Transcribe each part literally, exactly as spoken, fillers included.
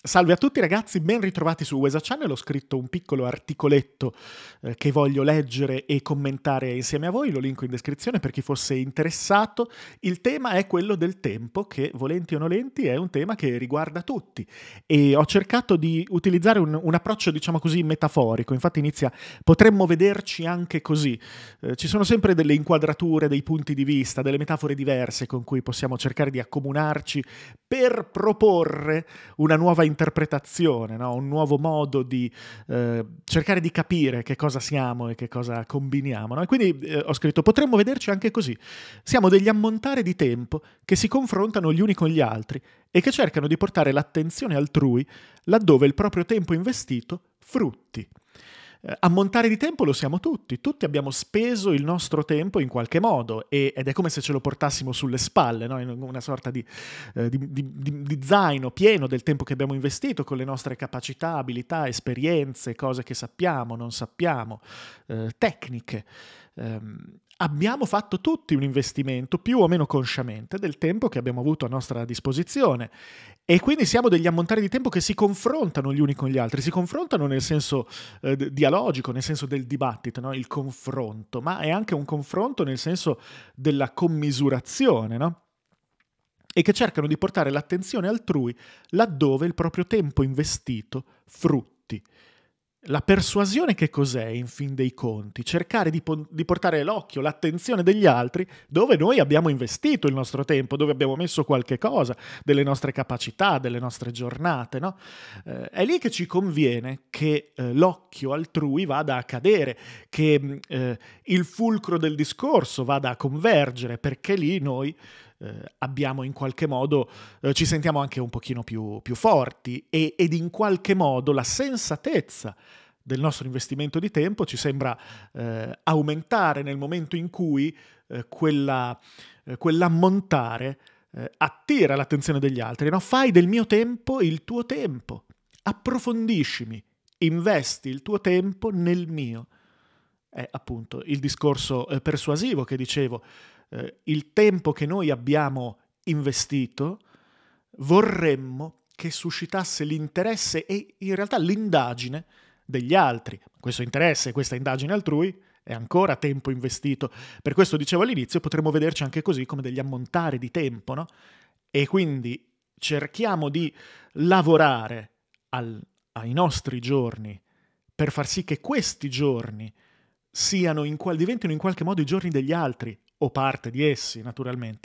Salve a tutti ragazzi, ben ritrovati su Wesa Channel. Ho scritto un piccolo articoletto eh, che voglio leggere e commentare insieme a voi, lo linko in descrizione per chi fosse interessato. Il tema è quello del tempo, che volenti o nolenti è un tema che riguarda tutti, e ho cercato di utilizzare un, un approccio, diciamo così, metaforico. Infatti inizia, potremmo vederci anche così. Eh, ci sono sempre delle inquadrature, dei punti di vista, delle metafore diverse con cui possiamo cercare di accomunarci per proporre una nuova interpretazione, no? Un nuovo modo di eh, cercare di capire che cosa siamo e che cosa combiniamo. No? E quindi eh, ho scritto, potremmo vederci anche così. Siamo degli ammontare di tempo che si confrontano gli uni con gli altri e che cercano di portare l'attenzione altrui laddove il proprio tempo investito frutti. Eh, ammontare di tempo lo siamo tutti, tutti abbiamo speso il nostro tempo in qualche modo e, ed è come se ce lo portassimo sulle spalle, no? In una sorta di, eh, di, di, di, di zaino pieno del tempo che abbiamo investito con le nostre capacità, abilità, esperienze, cose che sappiamo, non sappiamo, eh, tecniche. Um, abbiamo fatto tutti un investimento più o meno consciamente del tempo che abbiamo avuto a nostra disposizione e quindi siamo degli ammontari di tempo che si confrontano gli uni con gli altri, si confrontano nel senso eh, dialogico, nel senso del dibattito, no? Il confronto, ma è anche un confronto nel senso della commisurazione, no? E che cercano di portare l'attenzione altrui laddove il proprio tempo investito frutti. La persuasione che cos'è, in fin dei conti? Cercare di, po- di portare l'occhio, l'attenzione degli altri dove noi abbiamo investito il nostro tempo, dove abbiamo messo qualche cosa, delle nostre capacità, delle nostre giornate, no? Eh, è lì che ci conviene che eh, l'occhio altrui vada a cadere, che eh, il fulcro del discorso vada a convergere, perché lì noi eh, abbiamo in qualche modo, eh, ci sentiamo anche un pochino più, più forti e, ed in qualche modo la sensatezza del nostro investimento di tempo ci sembra eh, aumentare nel momento in cui eh, quella, eh, quell'ammontare eh, attira l'attenzione degli altri. No? Fai del mio tempo il tuo tempo, approfondiscimi, investi il tuo tempo nel mio. È appunto il discorso eh, persuasivo che dicevo. Eh, il tempo che noi abbiamo investito vorremmo che suscitasse l'interesse e in realtà l'indagine degli altri. Questo interesse, questa indagine altrui è ancora tempo investito. Per questo dicevo all'inizio, potremmo vederci anche così come degli ammontari di tempo, no? E quindi cerchiamo di lavorare al, ai nostri giorni per far sì che questi giorni siano in qual- diventino in qualche modo i giorni degli altri, o parte di essi, naturalmente.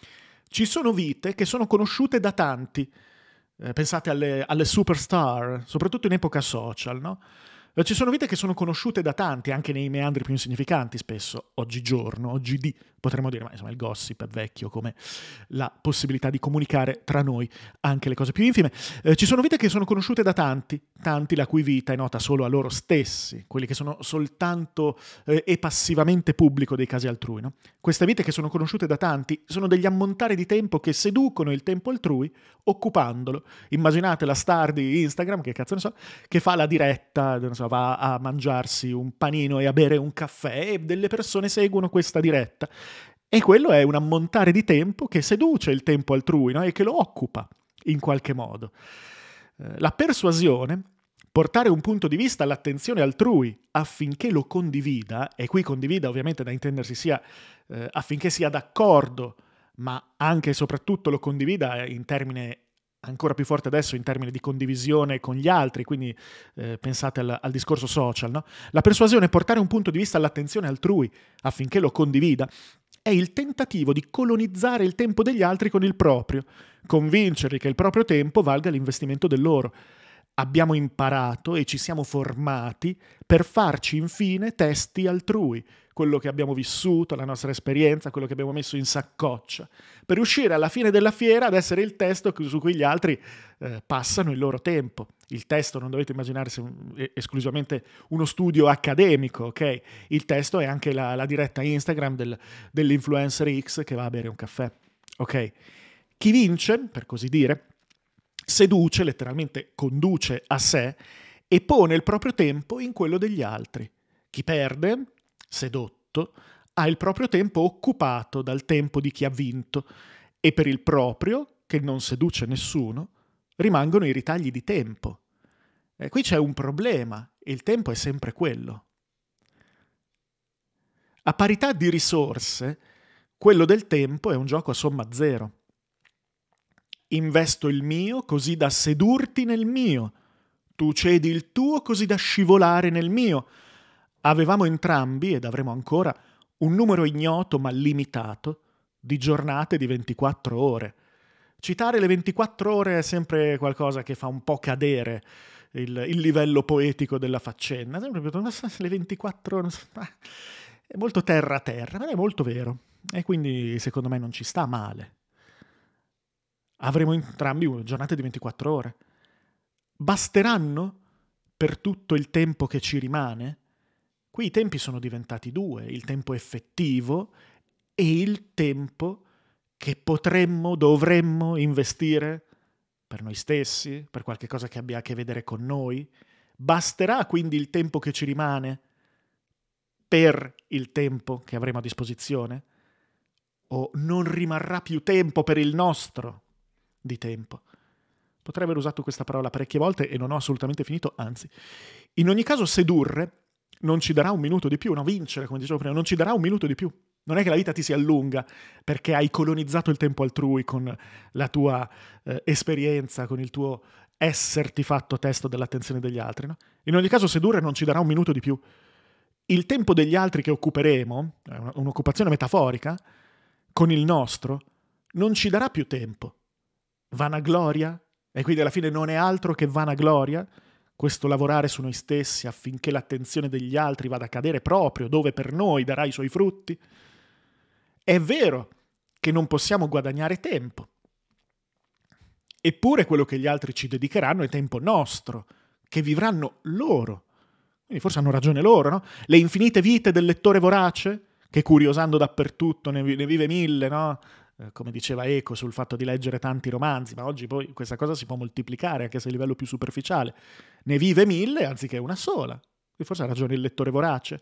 Ci sono vite che sono conosciute da tanti. Eh, pensate alle, alle superstar, soprattutto in epoca social, no? Eh, Ci sono vite che sono conosciute da tanti, anche nei meandri più insignificanti spesso, oggigiorno, oggi di, potremmo dire, ma insomma il gossip è vecchio come la possibilità di comunicare tra noi anche le cose più infime. Eh, ci sono vite che sono conosciute da tanti, tanti la cui vita è nota solo a loro stessi, quelli che sono soltanto eh, e passivamente pubblico dei casi altrui, no? Queste vite che sono conosciute da tanti sono degli ammontari di tempo che seducono il tempo altrui occupandolo. Immaginate la star di Instagram, che cazzo ne so, che fa la diretta, non so, va a mangiarsi un panino e a bere un caffè e delle persone seguono questa diretta. E quello è un ammontare di tempo che seduce il tempo altrui, no? E che lo occupa in qualche modo. Eh, la persuasione, portare un punto di vista all'attenzione altrui affinché lo condivida, e qui condivida ovviamente da intendersi sia eh, affinché sia d'accordo, ma anche e soprattutto lo condivida in termine ancora più forte adesso in termini di condivisione con gli altri, quindi eh, pensate al, al discorso social, no? La persuasione è portare un punto di vista all'attenzione altrui affinché lo condivida, è il tentativo di colonizzare il tempo degli altri con il proprio, convincerli che il proprio tempo valga l'investimento del loro. Abbiamo imparato e ci siamo formati per farci infine testi altrui, quello che abbiamo vissuto, la nostra esperienza, quello che abbiamo messo in saccoccia, per uscire alla fine della fiera ad essere il testo su cui gli altri eh, passano il loro tempo. Il testo non dovete immaginarsi un, esclusivamente uno studio accademico, ok? Il testo è anche la, la diretta Instagram del, dell'influencer X che va a bere un caffè, ok? Chi vince, per così dire, seduce, letteralmente conduce a sé e pone il proprio tempo in quello degli altri. Chi perde, sedotto, ha il proprio tempo occupato dal tempo di chi ha vinto e per il proprio, che non seduce nessuno, rimangono i ritagli di tempo. E qui c'è un problema, il tempo è sempre quello. A parità di risorse, quello del tempo è un gioco a somma zero. Investo il mio così da sedurti nel mio. Tu cedi il tuo così da scivolare nel mio. Avevamo entrambi, ed avremo ancora, un numero ignoto ma limitato di giornate di ventiquattro ore. Citare le ventiquattro ore è sempre qualcosa che fa un po' cadere il, il livello poetico della faccenda. Sempre le ventiquattro ore è molto terra a terra, ma è molto vero. E quindi secondo me non ci sta male. Avremo entrambi giornate di ventiquattro ore. Basteranno per tutto il tempo che ci rimane? Qui i tempi sono diventati due, il tempo effettivo e il tempo che potremmo, dovremmo investire per noi stessi, per qualche cosa che abbia a che vedere con noi. Basterà quindi il tempo che ci rimane per il tempo che avremo a disposizione? O non rimarrà più tempo per il nostro di tempo? Potrei aver usato questa parola parecchie volte e non ho assolutamente finito, anzi. In ogni caso, sedurre non ci darà un minuto di più, no? Vincere, come dicevo prima, non ci darà un minuto di più. Non è che la vita ti si allunga perché hai colonizzato il tempo altrui con la tua eh, esperienza, con il tuo esserti fatto testo dell'attenzione degli altri, no? In ogni caso, sedurre non ci darà un minuto di più. Il tempo degli altri che occuperemo, è un'occupazione metaforica, con il nostro, non ci darà più tempo. Vanagloria? E quindi alla fine non è altro che vanagloria, questo lavorare su noi stessi affinché l'attenzione degli altri vada a cadere proprio dove per noi darà i suoi frutti. È vero che non possiamo guadagnare tempo, eppure quello che gli altri ci dedicheranno è tempo nostro, che vivranno loro. Quindi forse hanno ragione loro, no? Le infinite vite del lettore vorace, che curiosando dappertutto ne vive mille, no? Come diceva Eco sul fatto di leggere tanti romanzi, ma oggi poi questa cosa si può moltiplicare anche se a livello più superficiale. Ne vive mille anziché una sola. E forse ha ragione il lettore vorace.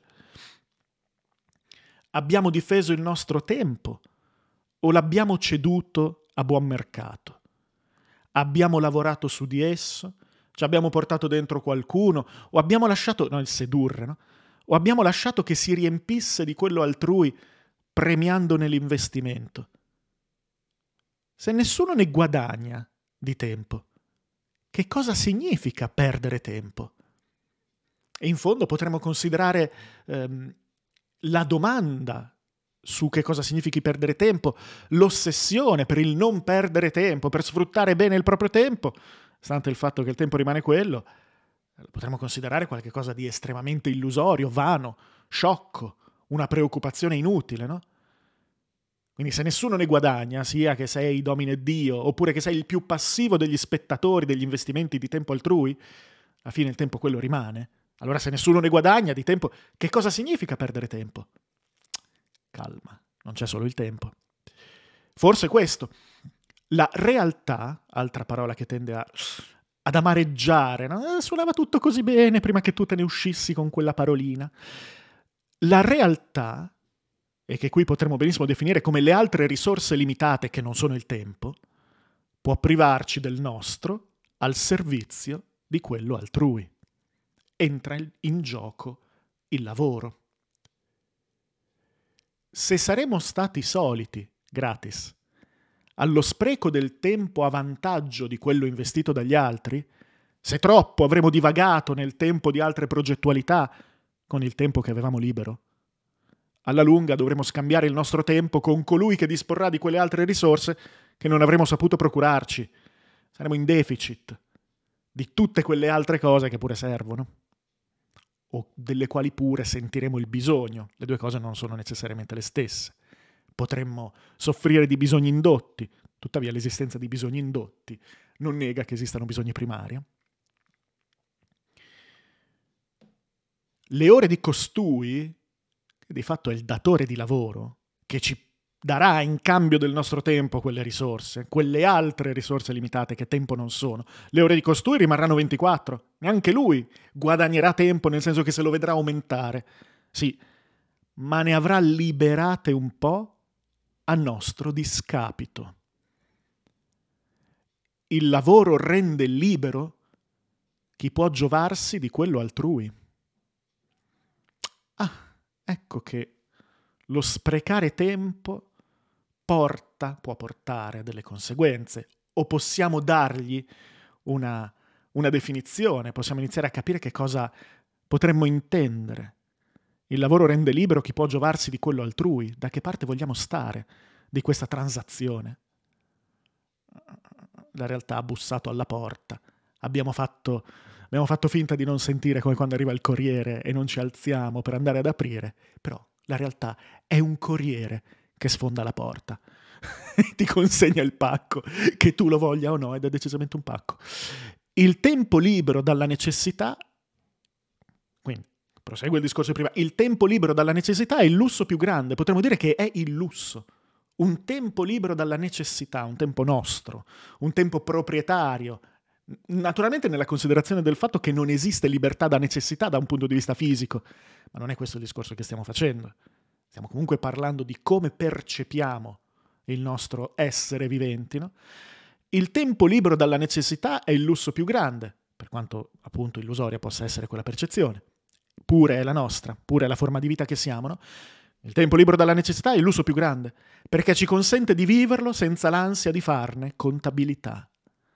Abbiamo difeso il nostro tempo o l'abbiamo ceduto a buon mercato? Abbiamo lavorato su di esso? Ci abbiamo portato dentro qualcuno? O abbiamo lasciato, no, il sedurre, no? O abbiamo lasciato che si riempisse di quello altrui premiandone l'investimento? Se nessuno ne guadagna di tempo, che cosa significa perdere tempo? E in fondo potremmo considerare ehm, la domanda su che cosa significhi perdere tempo, l'ossessione per il non perdere tempo, per sfruttare bene il proprio tempo, stante il fatto che il tempo rimane quello, potremmo considerare qualcosa di estremamente illusorio, vano, sciocco, una preoccupazione inutile, no? Quindi se nessuno ne guadagna, sia che sei domine Dio, oppure che sei il più passivo degli spettatori degli investimenti di tempo altrui, alla fine il tempo quello rimane. Allora se nessuno ne guadagna di tempo, che cosa significa perdere tempo? Calma, non c'è solo il tempo. Forse questo. La realtà, altra parola che tende a, ad amareggiare, no? Eh, suonava tutto così bene prima che tu te ne uscissi con quella parolina. La realtà, e che qui potremmo benissimo definire come le altre risorse limitate che non sono il tempo, può privarci del nostro al servizio di quello altrui. Entra in gioco il lavoro. Se saremo stati soliti, gratis, allo spreco del tempo a vantaggio di quello investito dagli altri, se troppo avremo divagato nel tempo di altre progettualità con il tempo che avevamo libero, alla lunga dovremo scambiare il nostro tempo con colui che disporrà di quelle altre risorse che non avremo saputo procurarci. Saremo in deficit di tutte quelle altre cose che pure servono, o delle quali pure sentiremo il bisogno. Le due cose non sono necessariamente le stesse. Potremmo soffrire di bisogni indotti, tuttavia l'esistenza di bisogni indotti non nega che esistano bisogni primari. Le ore di costui, che di fatto è il datore di lavoro, che ci darà in cambio del nostro tempo quelle risorse, quelle altre risorse limitate che tempo non sono. Le ore di costui rimarranno ventiquattro, neanche lui guadagnerà tempo nel senso che se lo vedrà aumentare. Sì, ma ne avrà liberate un po' a nostro discapito. Il lavoro rende libero chi può giovarsi di quello altrui. Ah, ecco che lo sprecare tempo porta, può portare a delle conseguenze, o possiamo dargli una, una definizione, possiamo iniziare a capire che cosa potremmo intendere. Il lavoro rende libero chi può giovarsi di quello altrui. Da che parte vogliamo stare di questa transazione? La realtà ha bussato alla porta. Abbiamo fatto, abbiamo fatto finta di non sentire, come quando arriva il corriere e non ci alziamo per andare ad aprire, però la realtà è un corriere che sfonda la porta e ti consegna il pacco, che tu lo voglia o no, ed è decisamente un pacco. Il tempo libero dalla necessità, quindi prosegue il discorso prima, il tempo libero dalla necessità è il lusso più grande, potremmo dire che è il lusso. Un tempo libero dalla necessità, un tempo nostro, un tempo proprietario, naturalmente nella considerazione del fatto che non esiste libertà da necessità da un punto di vista fisico, ma non è questo il discorso che stiamo facendo. Stiamo comunque parlando di come percepiamo il nostro essere viventi, no? Il tempo libero dalla necessità è il lusso più grande, per quanto appunto illusoria possa essere quella percezione. Pure è la nostra, pure è la forma di vita che siamo, no? Il tempo libero dalla necessità è il lusso più grande, perché ci consente di viverlo senza l'ansia di farne contabilità.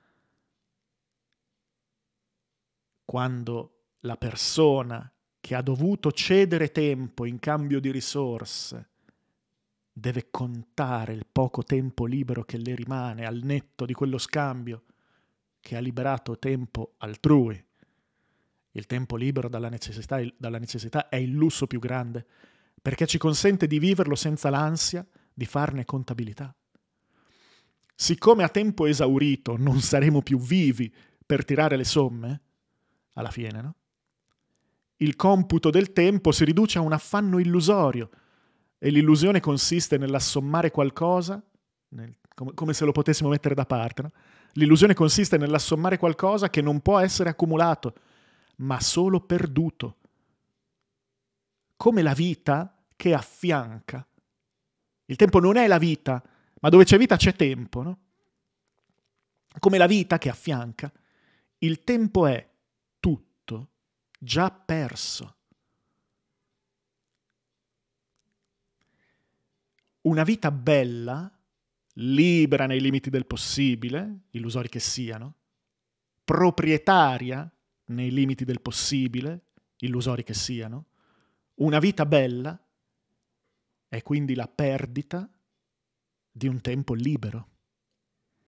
Quando la persona che ha dovuto cedere tempo in cambio di risorse deve contare il poco tempo libero che le rimane al netto di quello scambio che ha liberato tempo altrui, il tempo libero dalla necessità, dalla necessità è il lusso più grande, perché ci consente di viverlo senza l'ansia di farne contabilità. Siccome a tempo esaurito non saremo più vivi per tirare le somme, alla fine, no? Il computo del tempo si riduce a un affanno illusorio e l'illusione consiste nell'assommare qualcosa, nel, come, come se lo potessimo mettere da parte, no? L'illusione consiste nell'assommare qualcosa che non può essere accumulato, ma solo perduto. Come la vita che affianca. Il tempo non è la vita, ma dove c'è vita c'è tempo, no? Come la vita che affianca, il tempo è tutto già perso. Una vita bella, libera nei limiti del possibile, illusori che siano, proprietaria nei limiti del possibile, illusori che siano, una vita bella è quindi la perdita di un tempo libero.